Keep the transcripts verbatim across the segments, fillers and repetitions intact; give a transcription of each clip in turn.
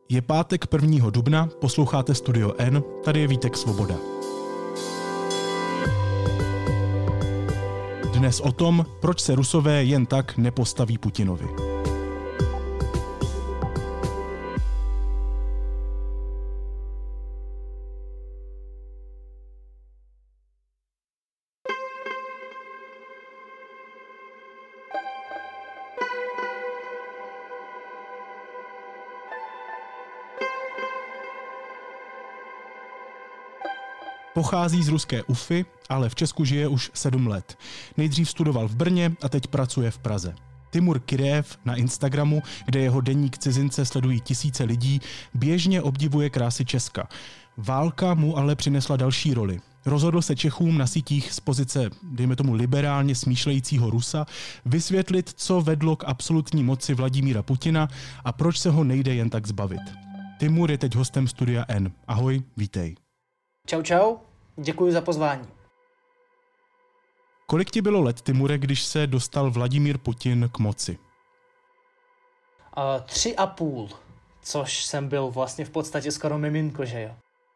Je pátek prvního dubna, posloucháte Studio N, tady je Vítek Svoboda. Dnes o tom, proč se Rusové jen tak nepostaví Putinovi. Pochází z ruské Ufy, ale v Česku žije už sedm let. Nejdřív studoval v Brně a teď pracuje v Praze. Timur Kyrejev na Instagramu, kde jeho deník Cizince sledují tisíce lidí, běžně obdivuje krásy Česka. Válka mu ale přinesla další roli. Rozhodl se Čechům na sítích z pozice, dejme tomu liberálně smýšlejícího Rusa, vysvětlit, co vedlo k absolutní moci Vladimíra Putina a proč se ho nejde jen tak zbavit. Timur je teď hostem Studia N. Ahoj, vítej. Čau, čau, děkuji za pozvání. Kolik ti bylo let, Timure, když se dostal Vladimír Putin k moci? Uh, tři a půl, což jsem byl vlastně v podstatě skoro miminko, že jo.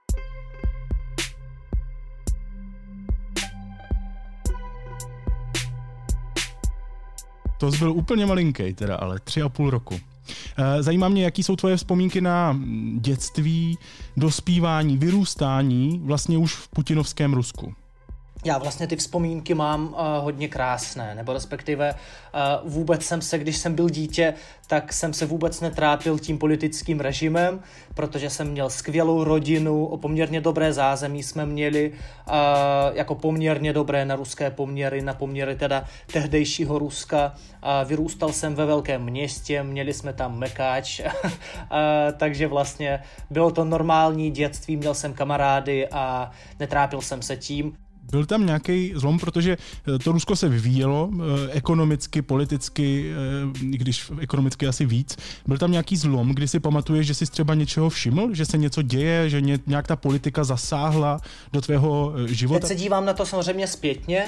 To jsi byl úplně malinký teda, ale tři a půl roku. Zajímá mě, jaký jsou tvoje vzpomínky na dětství, dospívání, vyrůstání vlastně už v putinovském Rusku. Já vlastně ty vzpomínky mám uh, hodně krásné, nebo respektive uh, vůbec jsem se, když jsem byl dítě, tak jsem se vůbec netrápil tím politickým režimem, protože jsem měl skvělou rodinu, o poměrně dobré zázemí jsme měli, uh, jako poměrně dobré na ruské poměry, na poměry teda tehdejšího Ruska. Uh, vyrůstal jsem ve velkém městě, měli jsme tam mekáč, uh, takže vlastně bylo to normální dětství, měl jsem kamarády a netrápil jsem se tím. Byl tam nějaký zlom, protože to Rusko se vyvíjelo ekonomicky, politicky, i když ekonomicky asi víc. Byl tam nějaký zlom, kdy si pamatuješ, že jsi třeba něčeho všiml, že se něco děje, že nějak ta politika zasáhla do tvého života? Teď se dívám na to samozřejmě zpětně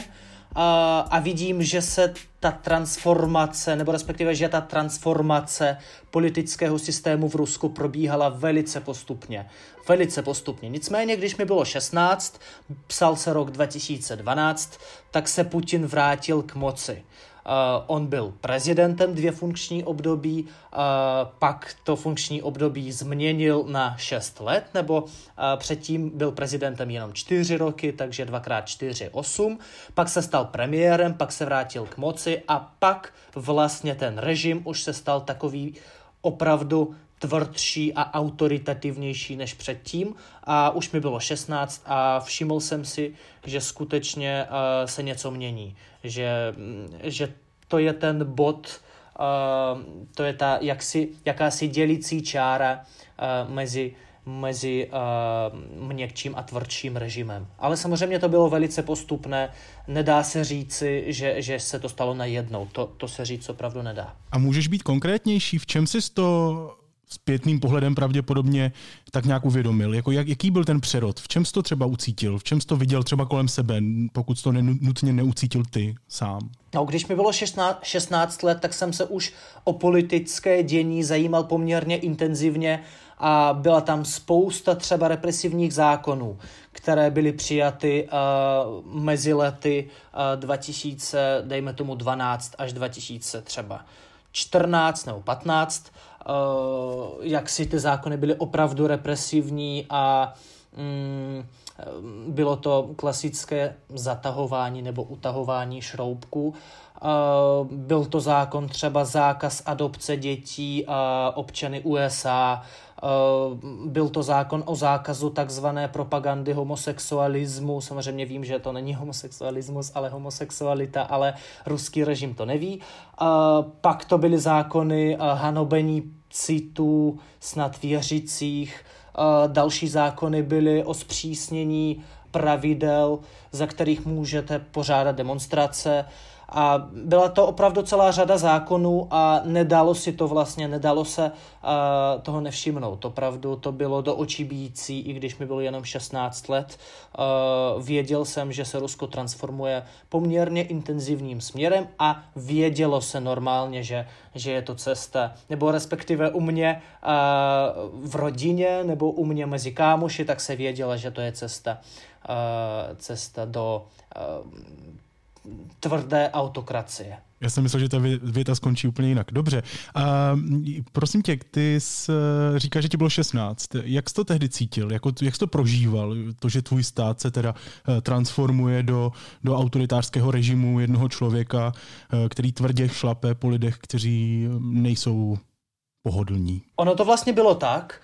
a, a vidím, že se ta transformace, nebo respektive, že ta transformace politického systému v Rusku probíhala velice postupně. Velice postupně. Nicméně, když mi bylo šestnáct, psal se rok dva tisíce dvanáct, tak se Putin vrátil k moci. Uh, on byl prezidentem dvě funkční období, uh, pak to funkční období změnil na šest let, nebo uh, předtím byl prezidentem jenom čtyři roky, takže dvakrát čtyři, osm. Pak se stal premiérem, pak se vrátil k moci a pak vlastně ten režim už se stal takový opravdu tvrdší a autoritativnější než předtím a už mi bylo šestnáct a všiml jsem si, že skutečně uh, se něco mění, že, že to je ten bod, uh, to je ta jaksi, jakási dělící čára uh, mezi, mezi uh, měkčím a tvrdším režimem. Ale samozřejmě to bylo velice postupné, nedá se říci, že, že se to stalo najednou, to, to se říct opravdu nedá. A můžeš být konkrétnější, v čem jsi to zpětným pohledem pravděpodobně tak nějak uvědomil? Jako jak, jaký byl ten přerod? V čem jsi to třeba ucítil? V čem jsi to viděl třeba kolem sebe, pokud jsi to nutně neucítil ty sám? No, když mi bylo šestnáct let, tak jsem se už o politické dění zajímal poměrně intenzivně a byla tam spousta třeba represivních zákonů, které byly přijaty uh, mezi lety uh, dva tisíce, dejme tomu dvanáct až dva tisíce třeba čtrnáct nebo patnáct, uh, jak si ty zákony byly opravdu represivní a um, bylo to klasické zatahování nebo utahování šroubků. Uh, byl to zákon třeba zákaz adopce dětí uh, občany U S A, uh, byl to zákon o zákazu takzvané propagandy homosexualismu. Samozřejmě vím, že to není homosexualismus, ale homosexualita, ale ruský režim to neví. Uh, pak to byly zákony uh, hanobení citů, snad věřících. Uh, další zákony byly o zpřísnění pravidel, za kterých můžete pořádat demonstrace. A byla to opravdu celá řada zákonů a nedalo si to vlastně, nedalo se uh, toho nevšimnout. Opravdu to bylo do očí bijící, i když mi bylo jenom šestnáct let. Uh, věděl jsem, že se Rusko transformuje poměrně intenzivním směrem a vědělo se normálně, že, že je to cesta, nebo respektive u mě uh, v rodině, nebo u mě mezi kámoši, tak se věděla, že to je cesta, uh, cesta do uh, tvrdé autokracie. Já jsem myslel, že ta věta skončí úplně jinak. Dobře. A prosím tě, ty jsi říkáš, že ti bylo šestnáct. Jak jsi to tehdy cítil? Jak, jak jsi to prožíval? To, že tvůj stát se teda transformuje do, do autoritářského režimu jednoho člověka, který tvrdě šlape po lidech, kteří nejsou pohodlní. Ono to vlastně bylo tak,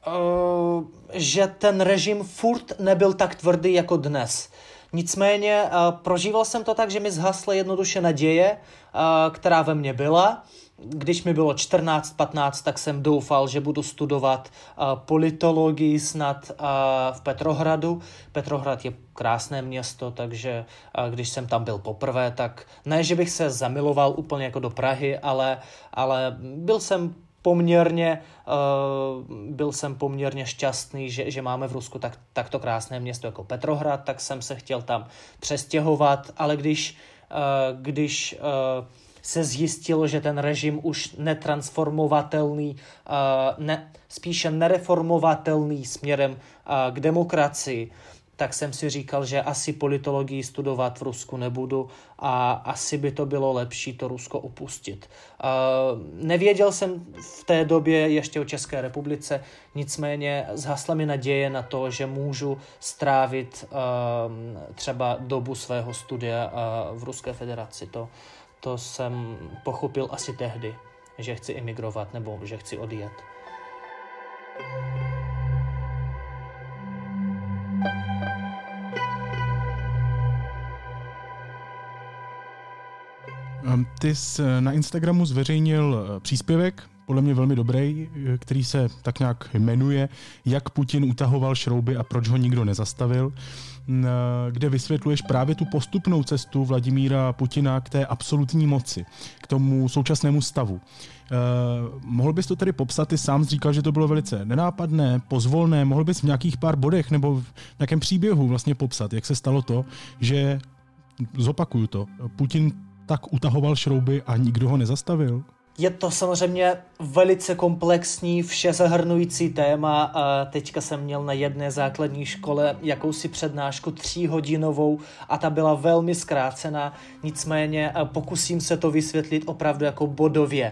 že ten režim furt nebyl tak tvrdý jako dnes. Nicméně uh, prožíval jsem to tak, že mi zhasla jednoduše naděje, uh, která ve mně byla. Když mi bylo čtrnáct patnáct, tak jsem doufal, že budu studovat uh, politologii snad uh, v Petrohradu. Petrohrad je krásné město, takže uh, když jsem tam byl poprvé, tak ne, že bych se zamiloval úplně jako do Prahy, ale, ale byl jsem Poměrně, uh, byl jsem poměrně šťastný, že, že máme v Rusku tak, takto krásné město jako Petrohrad, tak jsem se chtěl tam přestěhovat, ale když, uh, když uh, se zjistilo, že ten režim už netransformovatelný, uh, ne, spíše nereformovatelný směrem uh, k demokracii, tak jsem si říkal, že asi politologii studovat v Rusku nebudu a asi by to bylo lepší to Rusko opustit. Uh, nevěděl jsem v té době ještě o České republice, nicméně zhasla mi naděje na to, že můžu strávit uh, třeba dobu svého studia uh, v Ruské federaci. To, to jsem pochopil asi tehdy, že chci emigrovat nebo že chci odjet. Ty jsi na Instagramu zveřejnil příspěvek, podle mě velmi dobrý, který se tak nějak jmenuje Jak Putin utahoval šrouby a proč ho nikdo nezastavil, kde vysvětluješ právě tu postupnou cestu Vladimíra Putina k té absolutní moci, k tomu současnému stavu. Mohl bys to tedy popsat, ty sám říkal, že to bylo velice nenápadné, pozvolné, mohl bys v nějakých pár bodech nebo v nějakém příběhu vlastně popsat, jak se stalo to, že, zopakuju to, Putin tak utahoval šrouby a nikdo ho nezastavil? Je to samozřejmě velice komplexní, všezahrnující téma. Teďka jsem měl na jedné základní škole jakousi přednášku tříhodinovou a ta byla velmi zkrácená, nicméně pokusím se to vysvětlit opravdu jako bodově.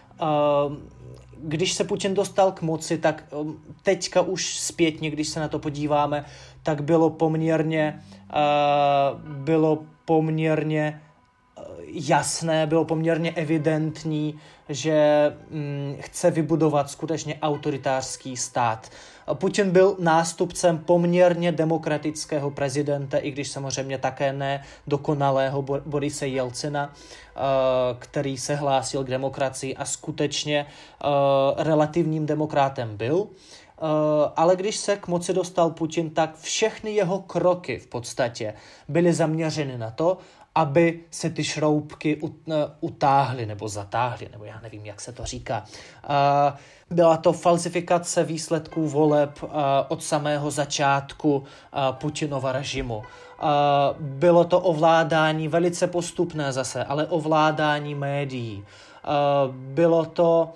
Když se Putin dostal k moci, tak teďka už zpětně, když se na to podíváme, tak bylo poměrně, bylo poměrně jasné, bylo poměrně evidentní, že hm, chce vybudovat skutečně autoritářský stát. Putin byl nástupcem poměrně demokratického prezidenta, i když samozřejmě také ne dokonalého Borise Jelcina, který se hlásil k demokracii a skutečně relativním demokratem byl. Ale když se k moci dostal Putin, tak všechny jeho kroky v podstatě byly zaměřeny na to, aby se ty šroubky utáhly nebo zatáhly, nebo já nevím, jak se to říká. Byla to falsifikace výsledků voleb od samého začátku Putinova režimu. Bylo to ovládání velice postupné zase, ale ovládání médií. Bylo to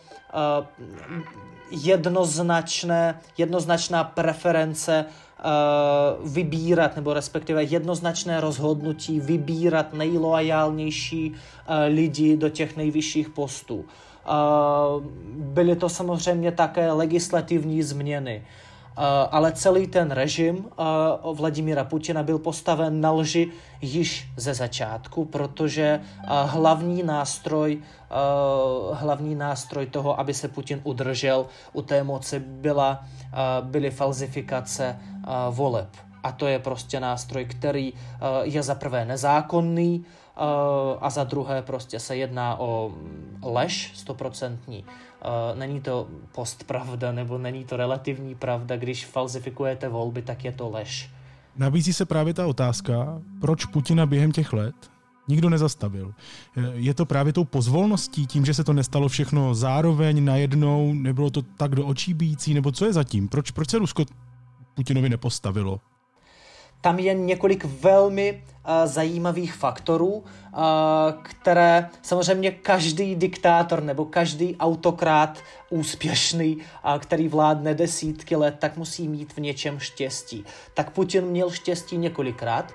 jednoznačné, jednoznačná preference uh, vybírat, nebo respektive jednoznačné rozhodnutí vybírat nejloajálnější uh, lidi do těch nejvyšších postů. Uh, byly to samozřejmě také legislativní změny. Uh, ale celý ten režim uh, Vladimíra Putina byl postaven na lži již ze začátku, protože uh, hlavní nástroj, uh, hlavní nástroj toho, aby se Putin udržel u té moci, byla, uh, byly falzifikace uh, voleb. A to je prostě nástroj, který uh, je za prvé nezákonný, uh, a za druhé prostě se jedná o lež stoprocentní. Uh, není to postpravda, nebo není to relativní pravda. Když falzifikujete volby, tak je to lež. Nabízí se právě ta otázka, proč Putina během těch let Nikdo nezastavil. Je to právě tou pozvolností, tím, že se to nestalo všechno zároveň, najednou, nebylo to tak do očí bijící, nebo co je zatím? Proč, proč se Rusko Putinovi nepostavilo? Tam je několik velmi uh, zajímavých faktorů, uh, které samozřejmě každý diktátor nebo každý autokrát úspěšný, uh, který vládne desítky let, tak musí mít v něčem štěstí. Tak Putin měl štěstí několikrát.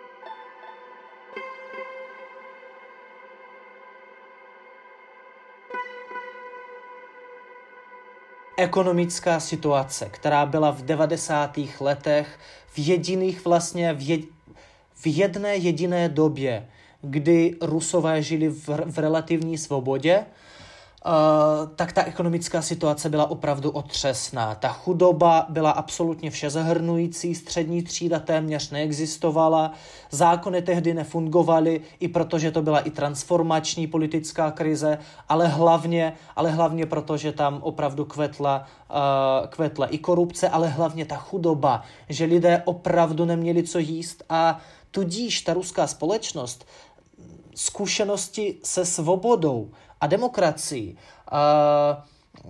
Ekonomická situace, která byla v devadesátých letech v jediných vlastně v, jed, v jedné jediné době, kdy Rusové žili v, v relativní svobodě, uh, tak ta ekonomická situace byla opravdu otřesná. Ta chudoba byla absolutně všezahrnující, střední třída téměř neexistovala, zákony tehdy nefungovaly, i protože to byla i transformační politická krize, ale hlavně, ale hlavně proto, že tam opravdu kvetla, uh, kvetla i korupce, ale hlavně ta chudoba, že lidé opravdu neměli co jíst a tudíž ta ruská společnost zkušenosti se svobodou a demokracií uh,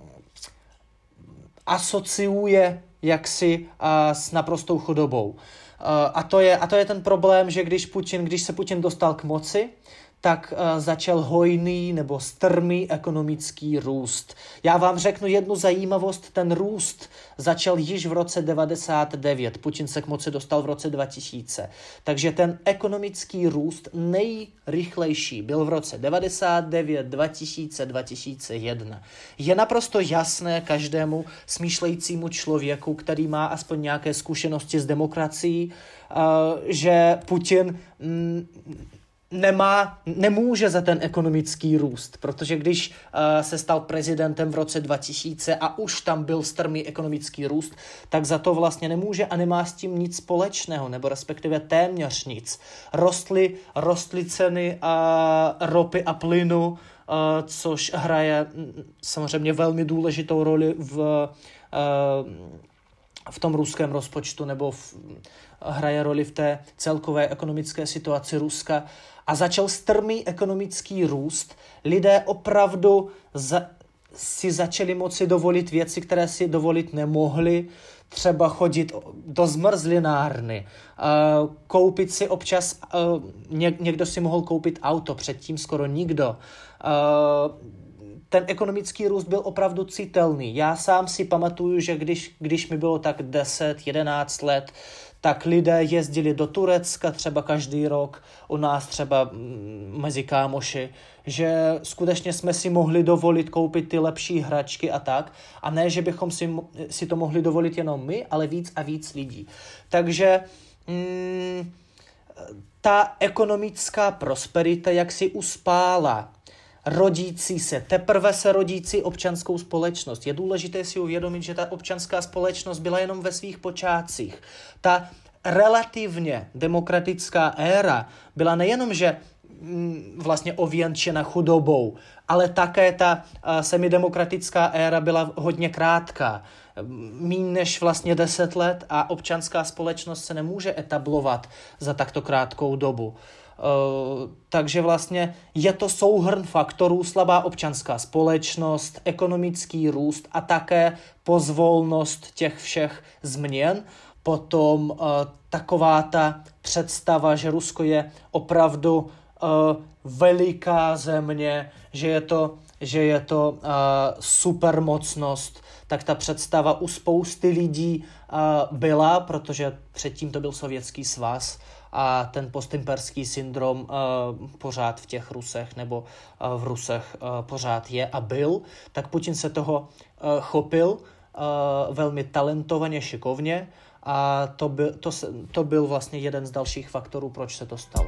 asociuje jaksi uh, s naprostou chudobou. Uh, a, to je, a to je ten problém, že když, Putin, když se Putin dostal k moci, tak uh, začal hojný nebo strmý ekonomický růst. Já vám řeknu jednu zajímavost, ten růst začal již v roce devadesát devět, Putin se k moci dostal v roce dva tisíce. Takže ten ekonomický růst nejrychlejší byl v roce devadesát devět, dva tisíce, dva tisíce jedna. Je naprosto jasné každému smýšlejícímu člověku, který má aspoň nějaké zkušenosti s demokracií, uh, že Putin mm, Nemá, nemůže za ten ekonomický růst, protože když uh, se stal prezidentem v roce dva tisíce a už tam byl strmý ekonomický růst, tak za to vlastně nemůže a nemá s tím nic společného, nebo respektive téměř nic. Rostly, rostly ceny uh, ropy a plynu, uh, což hraje samozřejmě velmi důležitou roli v, uh, v tom ruském rozpočtu, nebo v, hraje roli v té celkové ekonomické situaci Ruska. A začal strmý ekonomický růst. Lidé opravdu za, si začali moci dovolit věci, které si dovolit nemohli. Třeba chodit do zmrzlinárny, uh, koupit si občas, uh, ně, někdo si mohl koupit auto, předtím skoro nikdo. Uh, ten ekonomický růst byl opravdu citelný. Já sám si pamatuju, že když, když mi bylo tak deset jedenáct let, tak lidé jezdili do Turecka třeba každý rok, u nás třeba mezi kámoši, že skutečně jsme si mohli dovolit koupit ty lepší hračky a tak. A ne, že bychom si, si to mohli dovolit jenom my, ale víc a víc lidí. Takže mm, ta ekonomická prosperita jaksi uspála rodící se, teprve se rodící občanskou společnost. Je důležité si uvědomit, že ta občanská společnost byla jenom ve svých počátcích. Ta relativně demokratická éra byla nejenom, že mm, vlastně ověnčena chudobou, ale také ta uh, semidemokratická éra byla hodně krátká. Míň než vlastně deset let a občanská společnost se nemůže etablovat za takto krátkou dobu. Uh, takže vlastně je to souhrn faktorů, slabá občanská společnost, ekonomický růst a také pozvolnost těch všech změn. Potom uh, taková ta představa, že Rusko je opravdu uh, veliká země, že je to, že je to uh, supermocnost, tak ta představa u spousty lidí uh, byla, protože předtím to byl Sovětský svaz, a ten postimperský syndrom uh, pořád v těch Rusech nebo uh, v Rusech uh, pořád je a byl, tak Putin se toho uh, chopil uh, velmi talentovaně, šikovně a to, by, to, to byl vlastně jeden z dalších faktorů, proč se to stalo.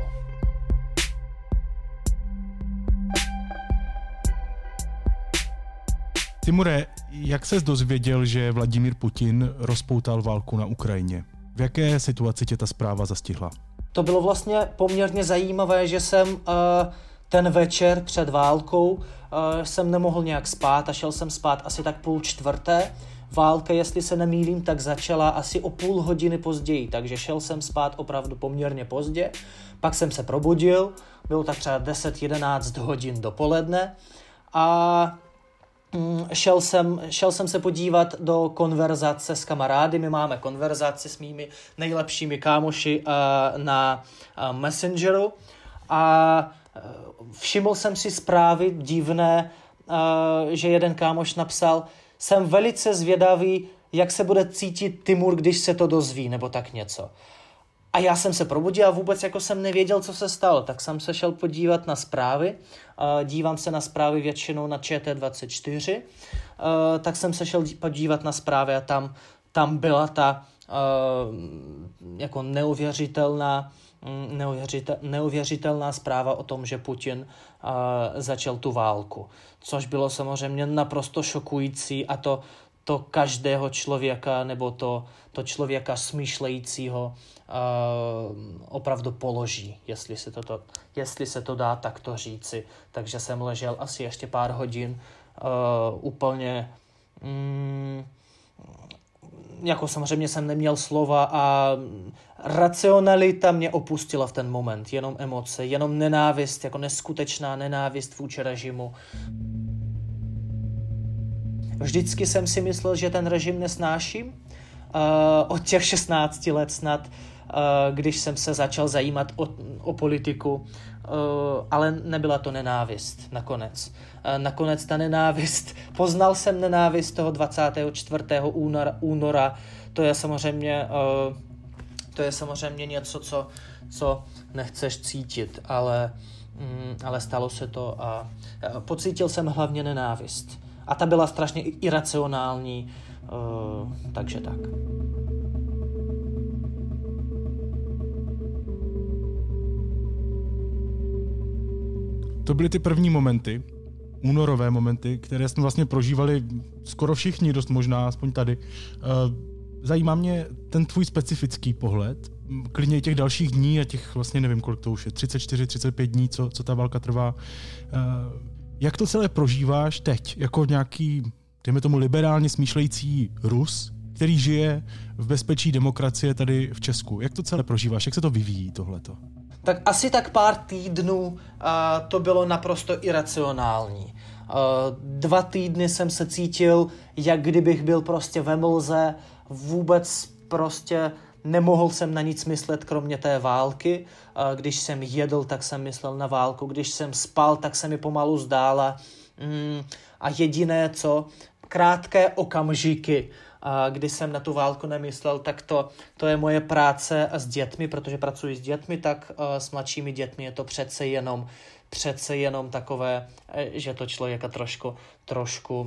Timure, jak ses dozvěděl, že Vladimír Putin rozpoutal válku na Ukrajině? V jaké situaci tě ta zpráva zastihla? To bylo vlastně poměrně zajímavé, že jsem uh, ten večer před válkou uh, jsem nemohl nějak spát a šel jsem spát asi tak půl čtvrté. válka, jestli se nemýlím, tak začala asi o půl hodiny později, takže šel jsem spát opravdu poměrně pozdě, pak jsem se probudil, bylo tak třeba deset jedenáct hodin dopoledne a Šel jsem, šel jsem se podívat do konverzace s kamarády. My máme konverzaci s mými nejlepšími kámoši uh, na uh, Messengeru a uh, všiml jsem si zprávy divné, uh, že jeden kámoš napsal: jsem velice zvědavý, jak se bude cítit Timur, když se to dozví, nebo tak něco. A já jsem se probudil a vůbec jako jsem nevěděl, co se stalo, tak jsem se šel podívat na zprávy. Dívám se na zprávy většinou na Č T dvacet čtyři, tak jsem se šel podívat na zprávy a tam, tam byla ta jako neuvěřitelná, neuvěřitel, neuvěřitelná zpráva o tom, že Putin začal tu válku. Což bylo samozřejmě naprosto šokující a to to každého člověka nebo to, to člověka smýšlejícího uh, opravdu položí, jestli se, to, to, jestli se to dá takto říci. Takže jsem ležel asi ještě pár hodin uh, úplně, mm, jako samozřejmě jsem neměl slova a racionalita mě opustila v ten moment, jenom emoce, jenom nenávist, jako neskutečná nenávist vůči režimu. Vždycky jsem si myslel, že ten režim nesnáším. Uh, od těch šestnácti let snad, uh, když jsem se začal zajímat o, o politiku, uh, ale nebyla to nenávist nakonec. Uh, nakonec ta nenávist, poznal jsem nenávist toho dvacátého čtvrtého února, února. To je samozřejmě, uh, to je samozřejmě něco, co, co nechceš cítit, ale, um, ale stalo se to a uh, pocítil jsem hlavně nenávist. A ta byla strašně iracionální, uh, takže tak. To byly ty první momenty, únorové momenty, které jsme vlastně prožívali skoro všichni, dost možná, aspoň tady. Uh, zajímá mě ten tvůj specifický pohled, klidně těch dalších dní a těch vlastně nevím, kolik to už je, třicet čtyři, třicet pět dní, co, co ta válka trvá. Uh, Jak to celé prožíváš teď, jako nějaký, dejme tomu, liberálně smýšlející Rus, který žije v bezpečí demokracie tady v Česku? Jak to celé prožíváš? Jak se to vyvíjí tohleto? Tak asi tak pár týdnů uh, to bylo naprosto iracionální. Uh, dva týdny jsem se cítil, jak kdybych byl prostě ve mlze, vůbec prostě nemohl jsem na nic myslet, kromě té války. Když jsem jedl, tak jsem myslel na válku. Když jsem spal, tak se mi pomalu zdála. A jediné, co krátké okamžiky, kdy jsem na tu válku nemyslel, tak to, to je moje práce s dětmi, protože pracuji s dětmi, tak s mladšími dětmi je to přece jenom, přece jenom takové, že to člověka trošku, trošku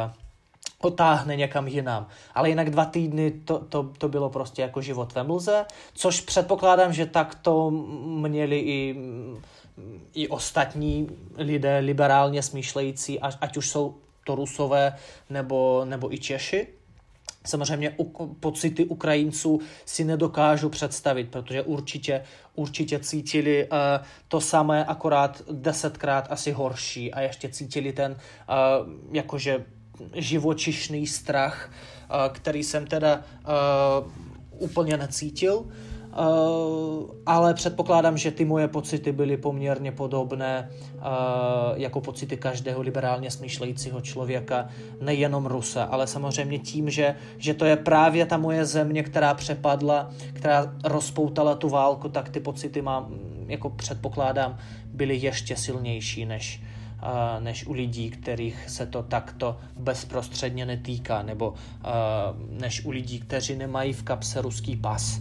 otáhne někam jinam. Ale jinak dva týdny to, to, to bylo prostě jako život ve mlze, což předpokládám, že tak to měli i, i ostatní lidé liberálně smýšlející, ať, ať už jsou to Rusové nebo, nebo i Češi. Samozřejmě u, pocity Ukrajinců si nedokážu představit, protože určitě, určitě cítili uh, to samé, akorát desetkrát asi horší a ještě cítili ten uh, jakože živočišný strach, který jsem teda uh, úplně necítil, uh, ale předpokládám, že ty moje pocity byly poměrně podobné uh, jako pocity každého liberálně smýšlejícího člověka, nejenom Rusa, ale samozřejmě tím, že, že to je právě ta moje země, která přepadla, která rozpoutala tu válku, tak ty pocity mám, jako předpokládám, byly ještě silnější než než u lidí, kterých se to takto bezprostředně netýká, nebo uh, než u lidí, kteří nemají v kapse ruský pas.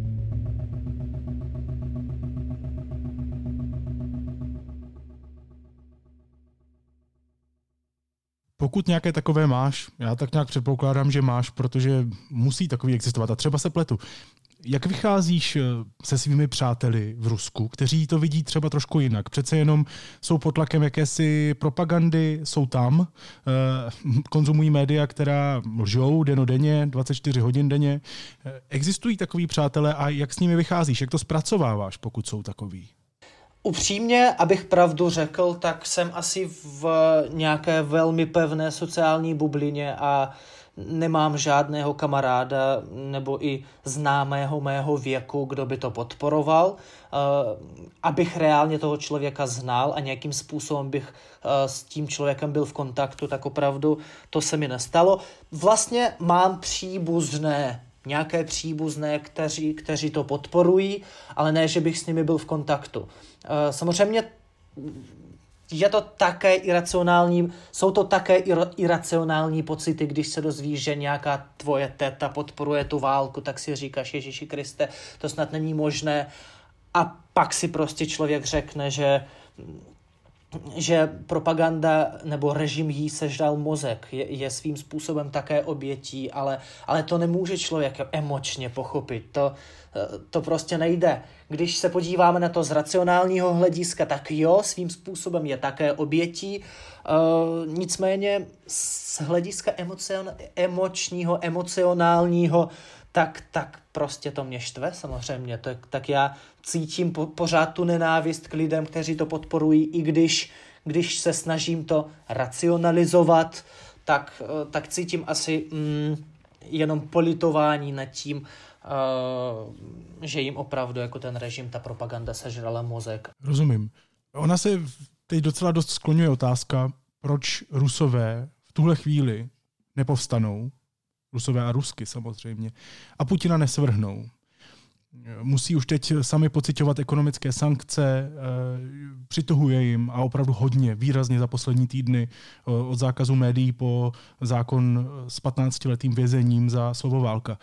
Pokud nějaké takové máš, já tak nějak předpokládám, že máš, protože musí takový existovat a třeba se pletu. Jak vycházíš se svými přáteli v Rusku, kteří to vidí třeba trošku jinak? Přece jenom jsou pod tlakem jakési propagandy, jsou tam, konzumují média, která lžou dennodenně, dvacet čtyři hodin denně. Existují takoví přátelé a jak s nimi vycházíš? Jak to zpracováváš, pokud jsou takoví? Upřímně, abych pravdu řekl, tak jsem asi v nějaké velmi pevné sociální bublině a nemám žádného kamaráda nebo i známého mého věku, kdo by to podporoval. Abych reálně toho člověka znal a nějakým způsobem bych s tím člověkem byl v kontaktu, tak opravdu to se mi nestalo. Vlastně mám příbuzné, nějaké příbuzné, kteří, kteří to podporují, ale ne, že bych s nimi byl v kontaktu. Samozřejmě je to také iracionální, jsou to také iracionální pocity, když se dozvíš, že nějaká tvoje teta podporuje tu válku, tak si říkáš, Ježíši Kriste, to snad není možné. A pak si prostě člověk řekne, že, že propaganda nebo režim jí sežral mozek, je, je svým způsobem také obětí, ale, ale to nemůže člověk emočně pochopit. To, to prostě nejde. Když se podíváme na to z racionálního hlediska, tak jo, svým způsobem je také obětí. Uh, nicméně z hlediska emocion, emočního, emocionálního, tak, tak prostě to mě štve samozřejmě. Tak, tak já cítím po, pořád tu nenávist k lidem, kteří to podporují, i když, když se snažím to racionalizovat, tak, tak cítím asi mm, jenom politování nad tím, uh, že jim opravdu jako ten režim, ta propaganda sežrala mozek. Rozumím. Ona se teď docela dost skloňuje otázka, proč Rusové v tuhle chvíli nepovstanou, Rusové a Rusky samozřejmě, a Putina nesvrhnou. Musí už teď sami pociťovat ekonomické sankce, přituhuje jim a opravdu hodně, výrazně za poslední týdny, od zákazu médií po zákon s patnáctiletým vězením za slovo válka.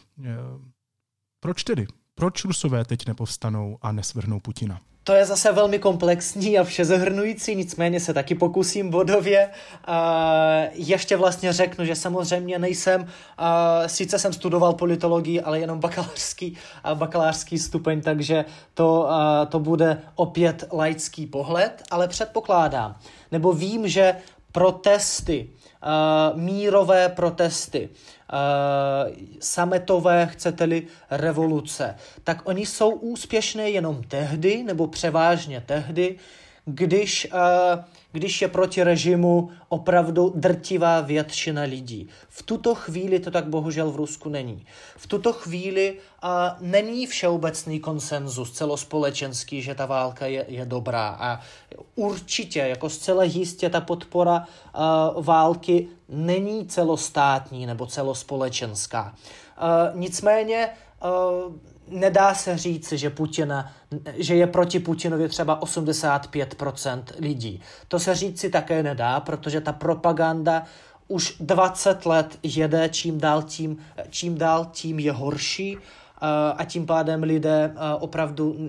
Proč tedy? Proč Rusové teď nepovstanou a nesvrhnou Putina? To je zase velmi komplexní a všezahrnující, nicméně se taky pokusím bodově. Uh, ještě vlastně řeknu, že samozřejmě nejsem, uh, sice jsem studoval politologii, ale jenom bakalářský, uh, bakalářský stupeň, takže to, uh, to bude opět laický pohled, ale předpokládám, nebo vím, že protesty, uh, mírové protesty, Uh, sametové, chcete-li, revoluce, tak oni jsou úspěšné jenom tehdy, nebo převážně tehdy, když, uh, když je proti režimu opravdu drtivá většina lidí. V tuto chvíli to tak bohužel v Rusku není. V tuto chvíli uh, není všeobecný konsenzus celospolečenský, že ta válka je, je dobrá. A určitě, jako zcela jistě, ta podpora uh, války není celostátní nebo celospolečenská. Uh, nicméně uh, nedá se říct, že, Putina, že je proti Putinovi třeba osmdesát pět procent lidí. To se říct si také nedá, protože ta propaganda už dvacet let jede, čím dál tím, čím dál tím je horší, uh, a tím pádem lidé uh, opravdu uh,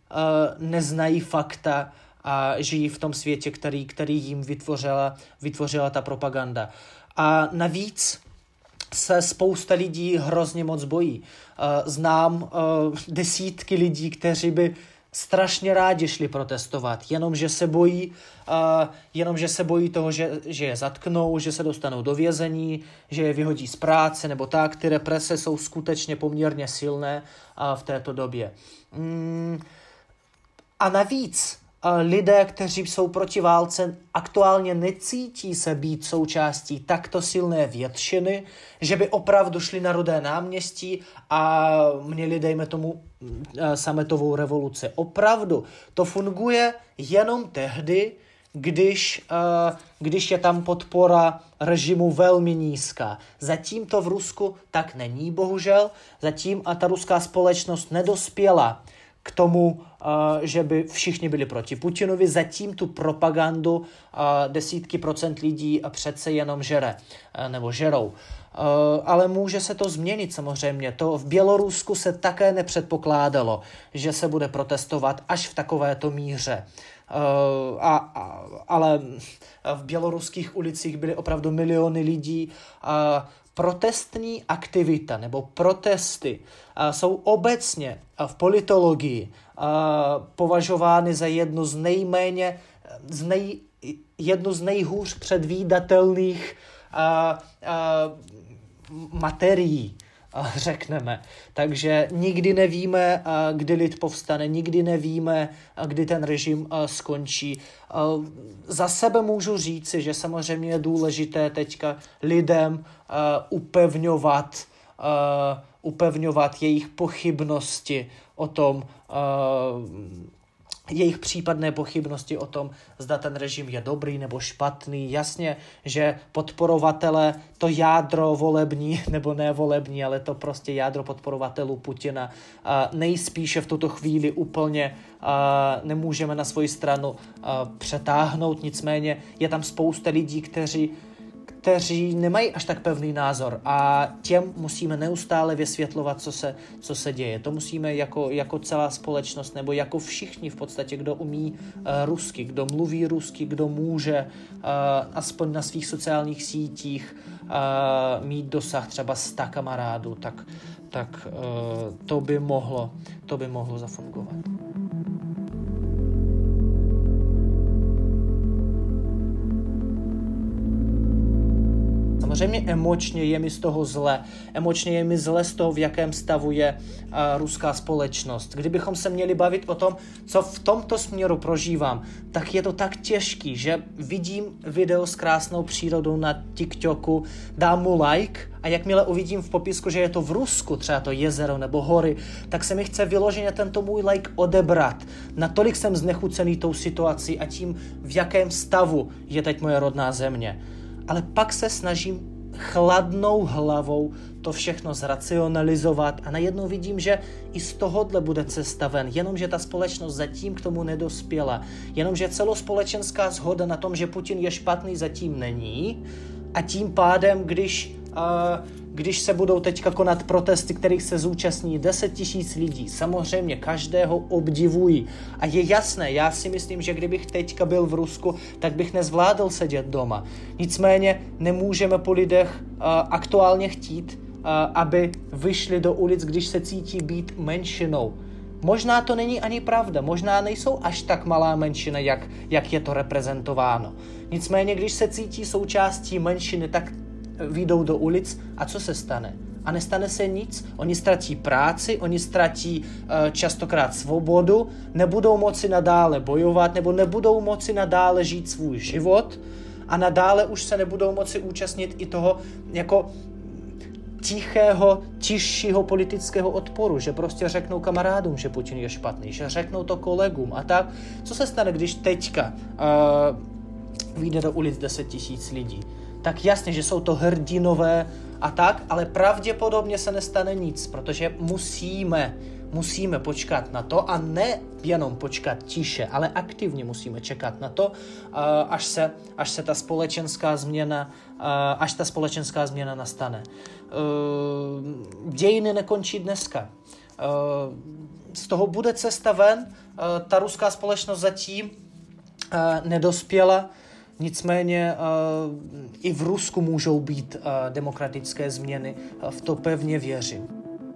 neznají fakta a žijí v tom světě, který, který jim vytvořila, vytvořila ta propaganda. A navíc se spousta lidí hrozně moc bojí. Znám uh, desítky lidí, kteří by strašně rádi šli protestovat, jenomže se bojí, uh, jenomže se bojí toho, že, že je zatknou, že se dostanou do vězení, že je vyhodí z práce nebo tak. Ty represe jsou skutečně poměrně silné uh, v této době. Mm, a navíc lidé, kteří jsou proti válce, aktuálně necítí se být součástí takto silné většiny, že by opravdu šli na Rudé náměstí a měli, dejme tomu, sametovou revoluci. Opravdu to funguje jenom tehdy, když, když je tam podpora režimu velmi nízká. Zatím to v Rusku tak není, bohužel. Zatím a ta ruská společnost nedospěla k tomu, že by všichni byli proti Putinovi. Zatím tu propagandu desítky procent lidí přece jenom žere, nebo žerou. Ale může se to změnit samozřejmě. To v Bělorusku se také nepředpokládalo, že se bude protestovat až v takovéto míře. A, a, ale v běloruských ulicích byly opravdu miliony lidí. A protestní aktivita nebo protesty a, jsou obecně a v politologii a, považovány za jednu z nejméně, z nej, jednu z nejhůř předvídatelných a, a, materií řekneme. Takže nikdy nevíme, kdy lid povstane, nikdy nevíme, kdy ten režim skončí. Za sebe můžu říci, že samozřejmě je důležité teďka lidem upevňovat, upevňovat jejich pochybnosti o tom, jejich případné pochybnosti o tom, zda ten režim je dobrý nebo špatný. Jasně, že podporovatele, to jádro volební, nebo ne volební, ale to prostě jádro podporovatelů Putina nejspíše v tuto chvíli úplně nemůžeme na svoji stranu přetáhnout. Nicméně je tam spousta lidí, kteří kteří nemají až tak pevný názor a těm musíme neustále vysvětlovat, co se, co se děje. To musíme jako, jako celá společnost nebo jako všichni v podstatě, kdo umí uh, rusky, kdo mluví rusky, kdo může uh, aspoň na svých sociálních sítích uh, mít dosah třeba sta kamarádů, tak, tak uh, to by mohlo, to by mohlo zafungovat. Samozřejmě emočně je mi z toho zle. Emočně je mi zle z toho, v jakém stavu je uh, ruská společnost. Kdybychom se měli bavit o tom, co v tomto směru prožívám, tak je to tak těžký, že vidím video s krásnou přírodou na TikToku, dám mu like a jakmile uvidím v popisku, že je to v Rusku, třeba to jezero nebo hory, tak se mi chce vyloženě tento můj like odebrat. Natolik jsem znechucený tou situací a tím, v jakém stavu je teď moje rodná země. Ale pak se snažím chladnou hlavou to všechno zracionalizovat a najednou vidím, že i z tohohle bude cesta ven, jenomže ta společnost zatím k tomu nedospěla, jenomže celospolečenská shoda na tom, že Putin je špatný, zatím není a tím pádem, když, uh, když se budou teďka konat protesty, kterých se zúčastní deset tisíc lidí, samozřejmě každého obdivují a je jasné, já si myslím, že kdybych teďka byl v Rusku, tak bych nezvládl sedět doma. Nicméně nemůžeme po lidech uh, aktuálně chtít, uh, aby vyšli do ulic, když se cítí být menšinou. Možná to není ani pravda, možná nejsou až tak malá menšina, jak, jak je to reprezentováno. Nicméně, když se cítí součástí menšiny, tak vyjdou do ulic a co se stane? A nestane se nic, oni ztratí práci, oni ztratí uh, častokrát svobodu, nebudou moci nadále bojovat, nebo nebudou moci nadále žít svůj život a nadále už se nebudou moci účastnit i toho jako tichého, tižšího politického odporu, že prostě řeknou kamarádům, že Putin je špatný, že řeknou to kolegům a tak. Co se stane, když teďka uh, vyjde do ulic deset tisíc lidí? Tak jasně, že jsou to hrdinové a tak, ale pravděpodobně se nestane nic, protože musíme, musíme počkat na to a ne jenom počkat tiše, ale aktivně musíme čekat na to, až se, až se ta společenská změna, až ta společenská změna nastane. Dějiny nekončí dneska. Z toho bude cesta ven, ta ruská společnost zatím nedospěla. Nicméně uh, i v Rusku můžou být uh, demokratické změny, uh, v to pevně věřím.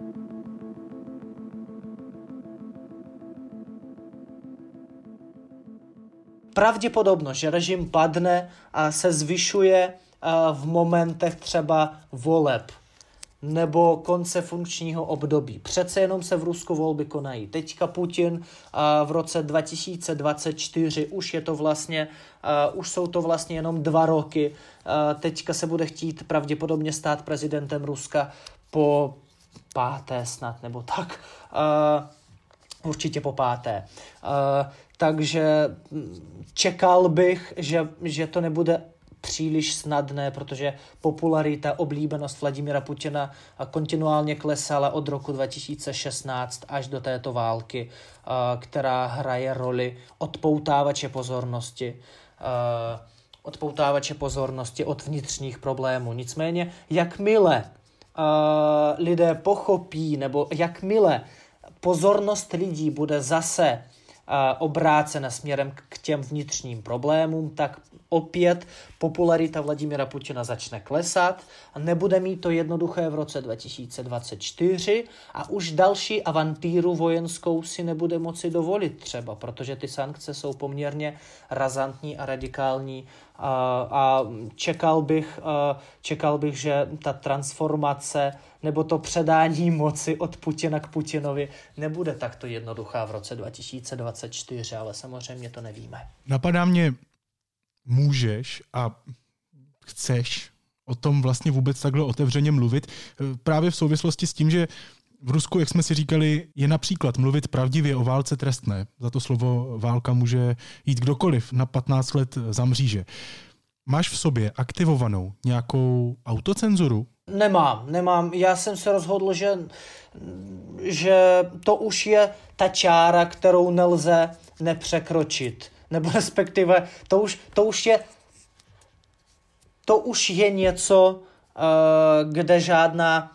Pravděpodobnost, že režim padne, uh, se zvyšuje uh, v momentech třeba voleb nebo konce funkčního období. Přece jenom se v Rusku volby konají. Teďka Putin uh, v roce dva tisíce dvacet čtyři, už je to vlastně, uh, už jsou to vlastně jenom dva roky. Uh, teďka se bude chtít pravděpodobně stát prezidentem Ruska po páté snad, nebo tak. Uh, určitě po páté. Uh, takže čekal bych, že, že to nebude příliš snadné, protože popularita, oblíbenost Vladimira Putina kontinuálně klesala od roku dva tisíce šestnáct až do této války, která hraje roli odpoutávače pozornosti, odpoutávače pozornosti od vnitřních problémů. Nicméně, jakmile lidé pochopí, nebo jakmile pozornost lidí bude zase obrácena směrem k těm vnitřním problémům, tak opět popularita Vladimira Putina začne klesat a nebude mít to jednoduché v roce dva tisíce dvacet čtyři a už další avantýru vojenskou si nebude moci dovolit třeba, protože ty sankce jsou poměrně razantní a radikální a, a čekal bych, a čekal bych, že ta transformace nebo to předání moci od Putina k Putinovi nebude takto jednoduchá v roce dva tisíce dvacet čtyři, ale samozřejmě to nevíme. Napadá mě, můžeš a chceš o tom vlastně vůbec takhle otevřeně mluvit, právě v souvislosti s tím, že v Rusku, jak jsme si říkali, je například mluvit pravdivě o válce trestné. Za to slovo válka může jít kdokoliv na patnáct let za mříže. Máš v sobě aktivovanou nějakou autocenzuru? Nemám, nemám. Já jsem se rozhodl, že, že to už je ta čára, kterou nelze nepřekročit. Nebo respektive to už, to už je to už je něco, kde žádná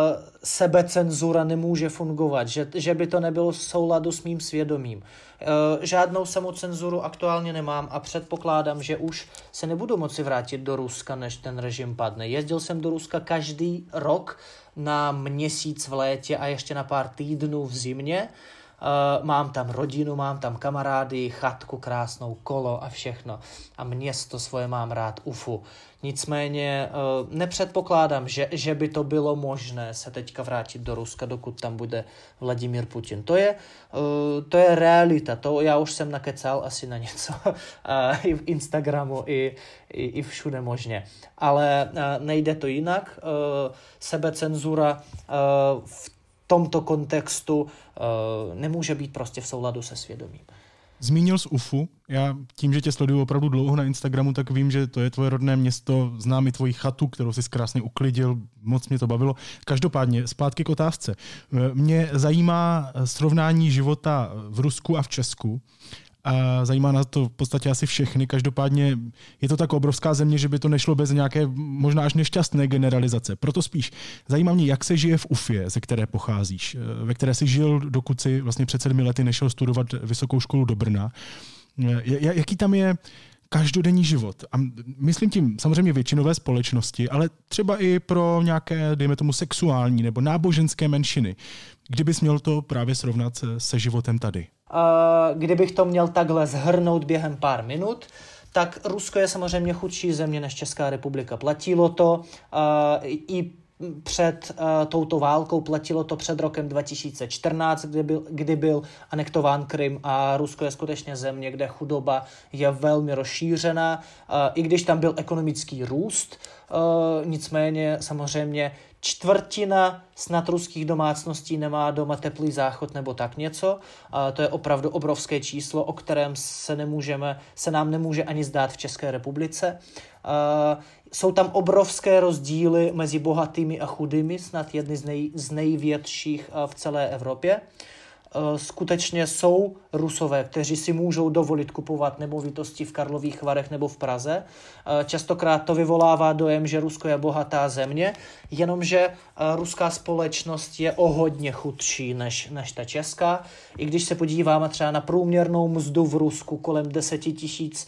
sebecenzura nemůže fungovat, že, že by to nebylo v souladu s mým svědomím. Žádnou samocenzuru aktuálně nemám a předpokládám, že už se nebudu moci vrátit do Ruska, než ten režim padne. Jezdil jsem do Ruska každý rok na měsíc v létě a ještě na pár týdnů v zimě. Uh, mám tam rodinu, mám tam kamarády, chatku krásnou, kolo a všechno. A město svoje mám rád, Ufu. Nicméně uh, nepředpokládám, že, že by to bylo možné se teďka vrátit do Ruska, dokud tam bude Vladimír Putin. To je, uh, to je realita. To já už jsem nakecal asi na něco uh, i v Instagramu, i, i, i všude možně. Ale uh, nejde to jinak. Uh, sebecenzura uh, v tomto kontextu uh, nemůže být prostě v souladu se svědomím. Zmínil jsi Ufu. Já tím, že tě sleduju opravdu dlouho na Instagramu, tak vím, že to je tvoje rodné město, znám i tvoji chatu, kterou jsi krásně uklidil, moc mě to bavilo. Každopádně, zpátky k otázce. Mě zajímá srovnání života v Rusku a v Česku. A zajímá nás to v podstatě asi všechny. Každopádně je to tak obrovská země, že by to nešlo bez nějaké možná až nešťastné generalizace. Proto spíš zajímá mě, jak se žije v Ufě, ze které pocházíš, ve které jsi žil, dokud si vlastně před sedmi lety nešel studovat vysokou školu do Brna. Jaký tam je každodenní život? A myslím tím samozřejmě většinové společnosti, ale třeba i pro nějaké, dejme tomu, sexuální nebo náboženské menšiny. Kdybys měl to právě srovnat se životem tady? Kdybych to měl takhle zhrnout během pár minut, tak Rusko je samozřejmě chudší země než Česká republika. Platilo to i před uh, touto válkou, platilo to před rokem dva tisíce čtrnáct, kdy byl, kdy byl anektován Krym a Rusko je skutečně země, kde chudoba je velmi rozšířená, uh, i když tam byl ekonomický růst, uh, nicméně samozřejmě čtvrtina snad ruských domácností nemá doma teplý záchod nebo tak něco. A to je opravdu obrovské číslo, o kterém se, nemůžeme, se nám nemůže ani zdát v České republice. A jsou tam obrovské rozdíly mezi bohatými a chudými, snad jedny z, nej, z největších v celé Evropě. Skutečně jsou Rusové, kteří si můžou dovolit kupovat nemovitosti v Karlových Varech nebo v Praze. Častokrát to vyvolává dojem, že Rusko je bohatá země, jenomže ruská společnost je o hodně chudší než, než ta česká. I když se podíváme třeba na průměrnou mzdu v Rusku kolem deset tisíc,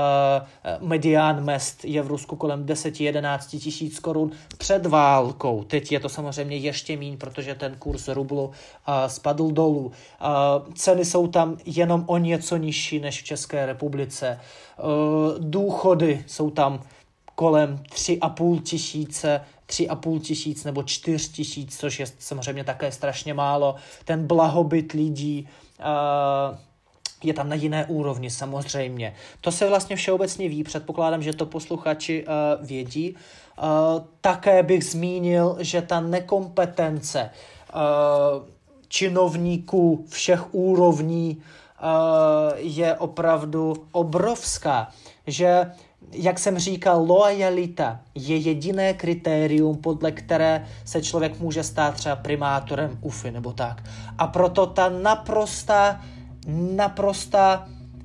uh, medián mezd je v Rusku kolem deset jedenáct tisíc korun před válkou. Teď je to samozřejmě ještě míň, protože ten kurz rublu uh, spadl dolů. Uh, ceny jsou tam jenom o něco nižší než v České republice. Uh, důchody jsou tam kolem tři a půl tisíce, tři a půl tisíc nebo čtyři tisíc, což je samozřejmě také strašně málo. Ten blahobyt lidí uh, je tam na jiné úrovni samozřejmě. To se vlastně všeobecně ví, předpokládám, že to posluchači uh, vědí. Uh, také bych zmínil, že ta nekompetence uh, činovníků všech úrovní uh, je opravdu obrovská, že, jak jsem říkal, loajalita je jediné kritérium, podle které se člověk může stát třeba primátorem Ufy nebo tak. A proto ta naprostá, naprostá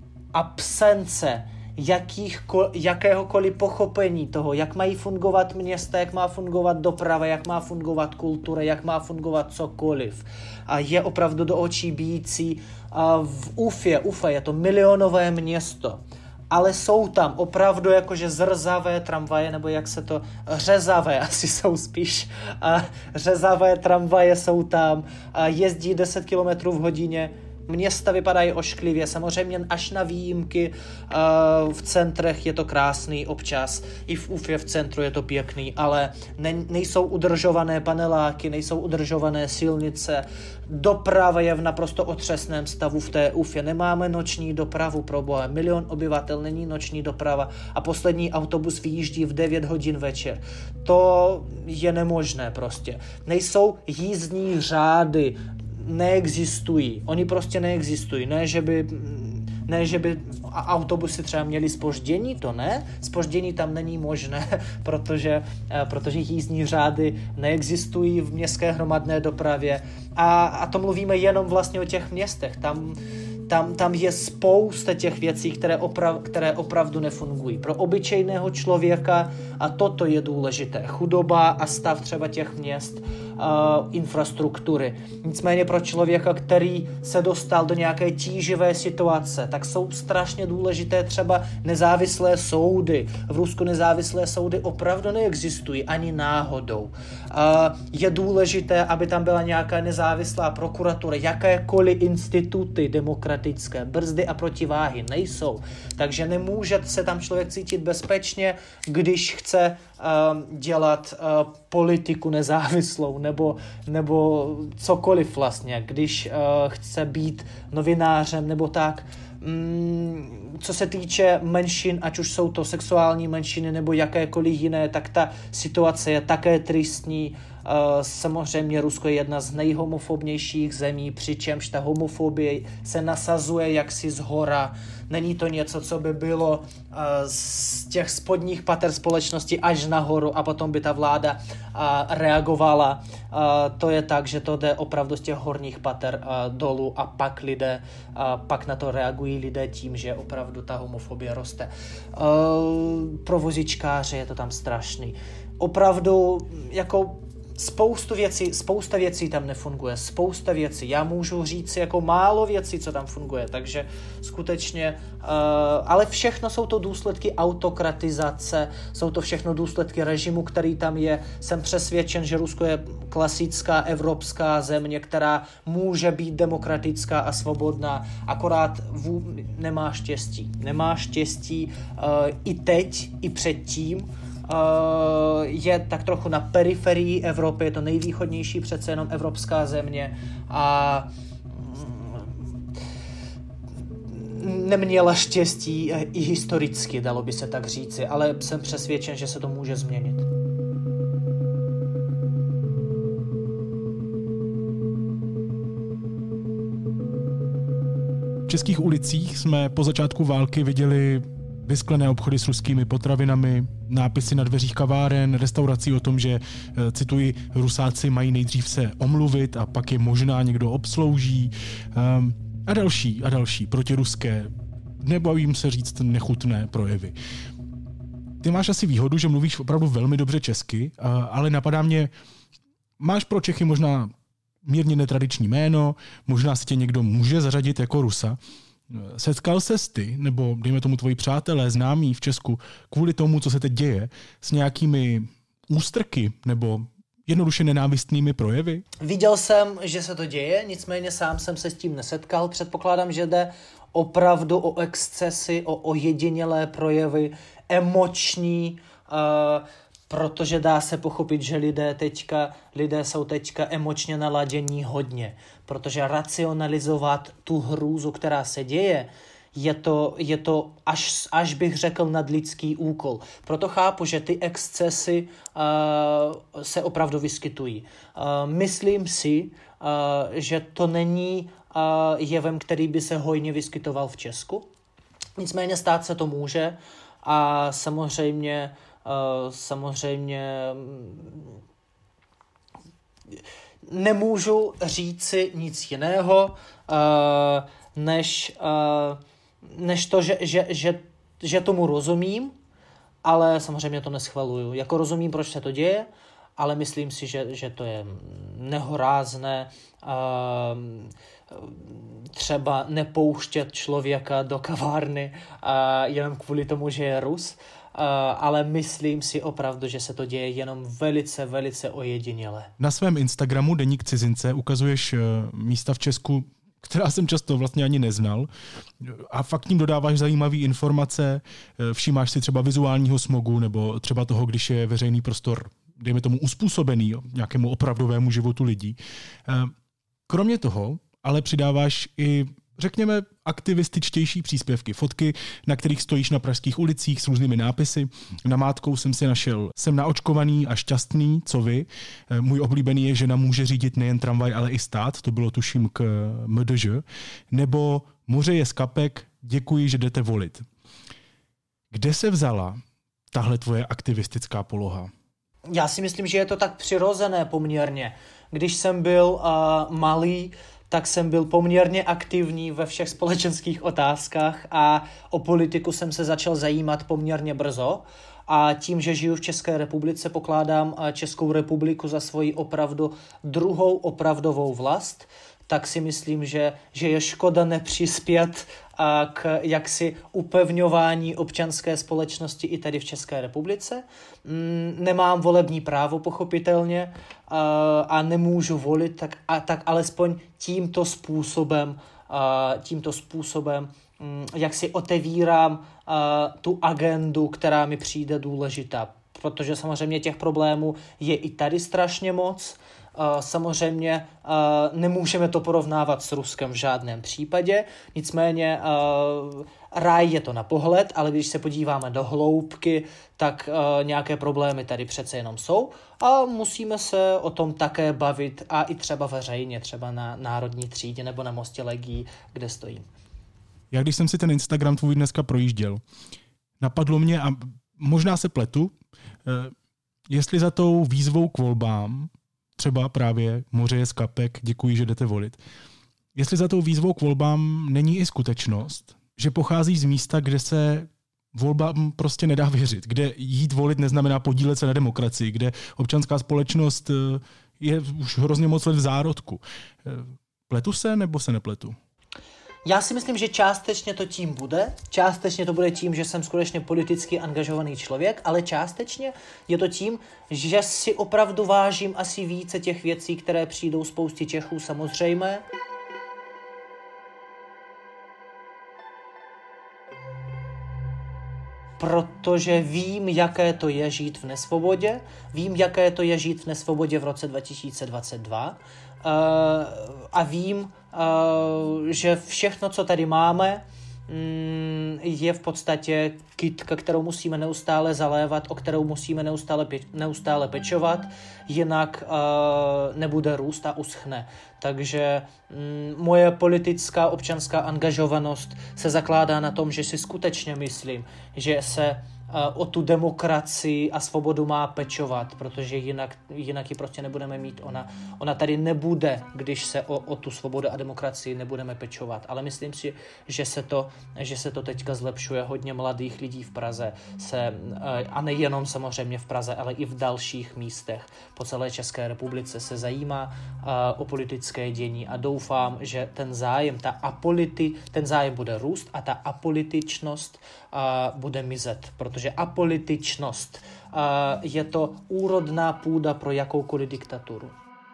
absence jakých, jakéhokoliv pochopení toho, jak mají fungovat města, jak má fungovat doprava, jak má fungovat kultura, jak má fungovat cokoliv. A je opravdu do očí bijící. A v Ufě, Ufa je to milionové město. ale jsou tam opravdu jakože zrzavé tramvaje, nebo jak se to, řezavé asi jsou spíš, a řezavé tramvaje jsou tam, a jezdí deset kilometrů v hodině, města vypadají ošklivě, samozřejmě až na výjimky, v centrech je to krásný občas, i v Ufě v centru je to pěkný, ale ne, nejsou udržované paneláky, nejsou udržované silnice, doprava je v naprosto otřesném stavu v té Ufě, nemáme noční dopravu, proboha, milion obyvatel, není noční doprava a poslední autobus vyjíždí v devět hodin večer. To je nemožné prostě. Nejsou jízdní řády, neexistují. Oni prostě neexistují. Ne, že by, ne, že by autobusy třeba měly zpoždění, to ne. Zpoždění tam není možné, protože, protože jízdní řády neexistují v městské hromadné dopravě. A, a to mluvíme jenom vlastně o těch městech. Tam Tam, tam je spousta těch věcí, které, oprav, které opravdu nefungují. Pro obyčejného člověka a toto je důležité. Chudoba a stav třeba těch měst, uh, infrastruktury. Nicméně pro člověka, který se dostal do nějaké tíživé situace, tak jsou strašně důležité třeba nezávislé soudy. V Rusku nezávislé soudy opravdu neexistují ani náhodou. Uh, je důležité, aby tam byla nějaká nezávislá prokuratura, jakékoliv instituty demokratické, brzdy a protiváhy nejsou. Takže nemůže se tam člověk cítit bezpečně, když chce uh, dělat uh, politiku nezávislou nebo, nebo cokoliv vlastně, když uh, chce být novinářem nebo tak. Mm, co se týče menšin, ať už jsou to sexuální menšiny nebo jakékoliv jiné, tak ta situace je také tristní. Uh, samozřejmě Rusko je jedna z nejhomofobnějších zemí, přičemž ta homofobie se nasazuje jaksi zhora. Není to něco, co by bylo uh, z těch spodních pater společnosti až nahoru a potom by ta vláda uh, reagovala. Uh, to je tak, že to jde opravdu z těch horních pater uh, dolů a pak lidé, uh, pak na to reagují lidé tím, že opravdu ta homofobie roste. Uh, pro vozičkáře je to tam strašný. Opravdu jako Spoustu věcí, spousta věcí tam nefunguje, spousta věcí. Já můžu říct jako málo věcí, co tam funguje, takže skutečně, uh, ale všechno jsou to důsledky autokratizace, jsou to všechno důsledky režimu, který tam je. Jsem přesvědčen, že Rusko je klasická evropská země, která může být demokratická a svobodná, akorát vů, nemá štěstí. Nemá štěstí uh, i teď, i předtím. Uh, je tak trochu na periferii Evropy, je to nejvýchodnější přece jenom evropská země a neměla štěstí i historicky, dalo by se tak říci, ale jsem přesvědčen, že se to může změnit. V českých ulicích jsme po začátku války viděli vysklené obchody s ruskými potravinami, nápisy na dveřích kaváren, restaurací o tom, že, cituji, Rusáci mají nejdřív se omluvit a pak je možná někdo obslouží um, a další a další protiruské, nebavím se říct nechutné projevy. Ty máš asi výhodu, že mluvíš opravdu velmi dobře česky, ale napadá mě, máš pro Čechy možná mírně netradiční jméno, možná si tě někdo může zařadit jako Rusa. Setkal ses ty, nebo dejme tomu tvoji přátelé, známí v Česku, kvůli tomu, co se teď děje, s nějakými ústrky nebo jednoduše nenávistnými projevy? Viděl jsem, že se to děje, nicméně sám jsem se s tím nesetkal. Předpokládám, že jde opravdu o excesy, o ojedinělé projevy, emoční, uh, protože dá se pochopit, že lidé teďka, lidé jsou teďka emočně naladění hodně, protože racionalizovat tu hrůzu, která se děje, je to, je to až, až bych řekl nadlidský úkol. Proto chápu, že ty excesy uh, se opravdu vyskytují. Uh, myslím si, uh, že to není uh, jevem, který by se hojně vyskytoval v Česku. Nicméně stát se to může a samozřejmě Uh, samozřejmě nemůžu říci nic jiného, uh, než, uh, než to, že, že, že, že tomu rozumím, ale samozřejmě to neschvaluju. Jako rozumím, proč se to děje, ale myslím si, že, že to je nehorázné třeba nepouštět člověka do kavárny jenom kvůli tomu, že je Rus, ale myslím si opravdu, že se to děje jenom velice, velice ojediněle. Na svém Instagramu Deník cizince ukazuješ místa v Česku, která jsem často vlastně ani neznal, a fakt tím dodáváš zajímavé informace, všímáš si třeba vizuálního smogu nebo třeba toho, když je veřejný prostor, dejme tomu, uspůsobený nějakému opravdovému životu lidí. Kromě toho ale přidáváš i, řekněme, aktivističtější příspěvky, fotky, na kterých stojíš na pražských ulicích s různými nápisy. Namátkou jsem si našel: jsem naočkovaný a šťastný, co vy? Můj oblíbený je: žena může řídit nejen tramvaj, ale i stát. To bylo tuším k M D Ž. Nebo moře je z kapek, děkuji, že jdete volit. Kde se vzala tahle tvoje aktivistická poloha? Já si myslím, že je to tak přirozené poměrně. Když jsem byl uh, malý, tak jsem byl poměrně aktivní ve všech společenských otázkách a o politiku jsem se začal zajímat poměrně brzo. A tím, že žiju v České republice, pokládám Českou republiku za svoji opravdu druhou opravdovou vlast, tak si myslím, že, že je škoda nepřispět k jaksi upevňování občanské společnosti i tady v České republice. Nemám volební právo, pochopitelně, a nemůžu volit, tak, a, tak alespoň tímto způsobem, tímto způsobem jak si otevírám tu agendu, která mi přijde důležitá. Protože samozřejmě těch problémů je i tady strašně moc. Uh, samozřejmě uh, nemůžeme to porovnávat s Ruskem v žádném případě, nicméně uh, ráj je to na pohled, ale když se podíváme do hloubky, tak uh, nějaké problémy tady přece jenom jsou a musíme se o tom také bavit a i třeba veřejně, třeba na Národní třídě nebo na Mostě legií, kde stojím. Já když jsem si ten Instagram tvůj dneska projížděl, napadlo mě, a možná se pletu, uh, jestli za tou výzvou k volbám, třeba právě moře je z kapek, děkuji, že jdete volit, jestli za tou výzvou k volbám není i skutečnost, že pochází z místa, kde se volbám prostě nedá věřit, kde jít volit neznamená podílet se na demokracii, kde občanská společnost je už hrozně moc let v zárodku. Pletu se nebo se nepletu? Já si myslím, že částečně to tím bude. Částečně to bude tím, že jsem skutečně politicky angažovaný člověk, ale částečně je to tím, že si opravdu vážím asi více těch věcí, které přijdou spoustě Čechů, samozřejmě. Protože vím, jaké to je žít v nesvobodě, vím, jaké to je žít v nesvobodě v roce dva tisíce dvacet dva a vím, že všechno, co tady máme, je v podstatě kytka, kterou musíme neustále zalévat, o kterou musíme neustále, pe- neustále pečovat, jinak uh, nebude růst a uschne. Takže um, moje politická občanská angažovanost se zakládá na tom, že si skutečně myslím, že se uh, o tu demokracii a svobodu má pečovat, protože jinak, jinak ji prostě nebudeme mít. Ona, ona tady nebude, když se o, o tu svobodu a demokracii nebudeme pečovat. Ale myslím si, že se to, že se to teďka zlepšuje. Hodně mladých lidí v Praze se, uh, a nejenom samozřejmě v Praze, ale i v dalších místech po celé České republice se zajímá uh, o politické dění a doufám, že ten zájem, ta apolity, ten zájem bude růst a ta apolitičnost uh, bude mizet, protože apolitičnost uh, je to úrodná půda pro jakoukoliv diktaturu.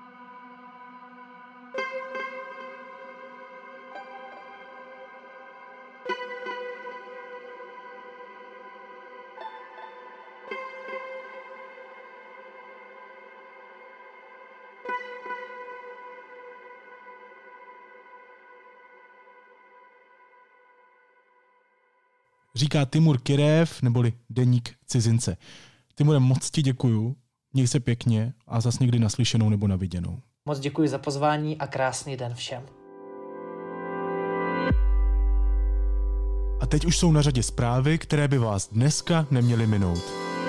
Říká Timur Kireev, neboli Deník cizince. Timure, moc ti děkuju, měj se pěkně a zas někdy naslyšenou nebo na viděnou. Moc děkuji za pozvání a krásný den všem. A teď už jsou na řadě zprávy, které by vás dneska neměly minout.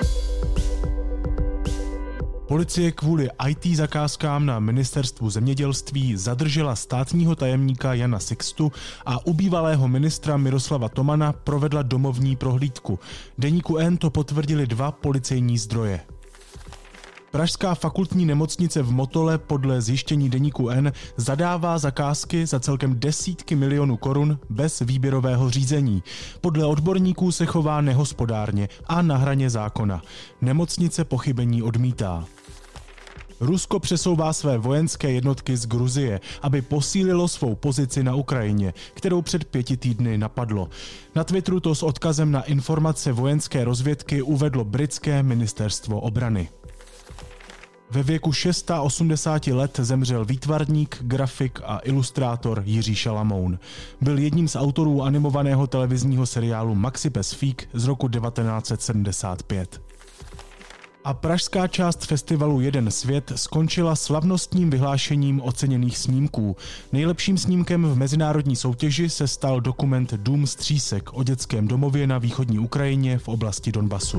Policie kvůli í té zakázkám na ministerstvu zemědělství zadržela státního tajemníka Jana Sixtu a u bývalého ministra Miroslava Tomana provedla domovní prohlídku. Deníku N to potvrdili dva policejní zdroje. Pražská fakultní nemocnice v Motole podle zjištění deníku N zadává zakázky za celkem desítky milionů korun bez výběrového řízení. Podle odborníků se chová nehospodárně a na hraně zákona. Nemocnice pochybení odmítá. Rusko přesouvá své vojenské jednotky z Gruzie, aby posílilo svou pozici na Ukrajině, kterou před pěti týdny napadlo. Na Twitteru to s odkazem na informace vojenské rozvědky uvedlo britské ministerstvo obrany. Ve věku osmdesáti šesti let zemřel výtvarník, grafik a ilustrátor Jiří Šalamoun. Byl jedním z autorů animovaného televizního seriálu Maxi pes Fík z roku devatenáct set sedmdesát pět. A pražská část festivalu Jeden svět skončila slavnostním vyhlášením oceněných snímků. Nejlepším snímkem v mezinárodní soutěži se stal dokument Dům střísek o dětském domově na východní Ukrajině v oblasti Donbasu.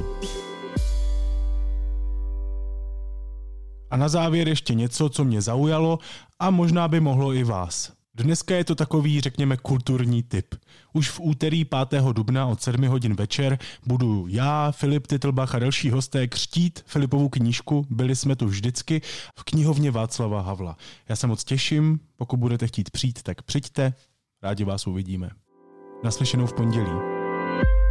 A na závěr ještě něco, co mě zaujalo a možná by mohlo i vás. Dneska je to takový, řekněme, kulturní tip. Už v úterý pátého dubna od sedmi hodin večer budu já, Filip Titlbach a další hosté křtít Filipovu knížku Byli jsme tu vždycky v knihovně Václava Havla. Já se moc těším, pokud budete chtít přijít, tak přijďte, rádi vás uvidíme. Naslyšenou v pondělí.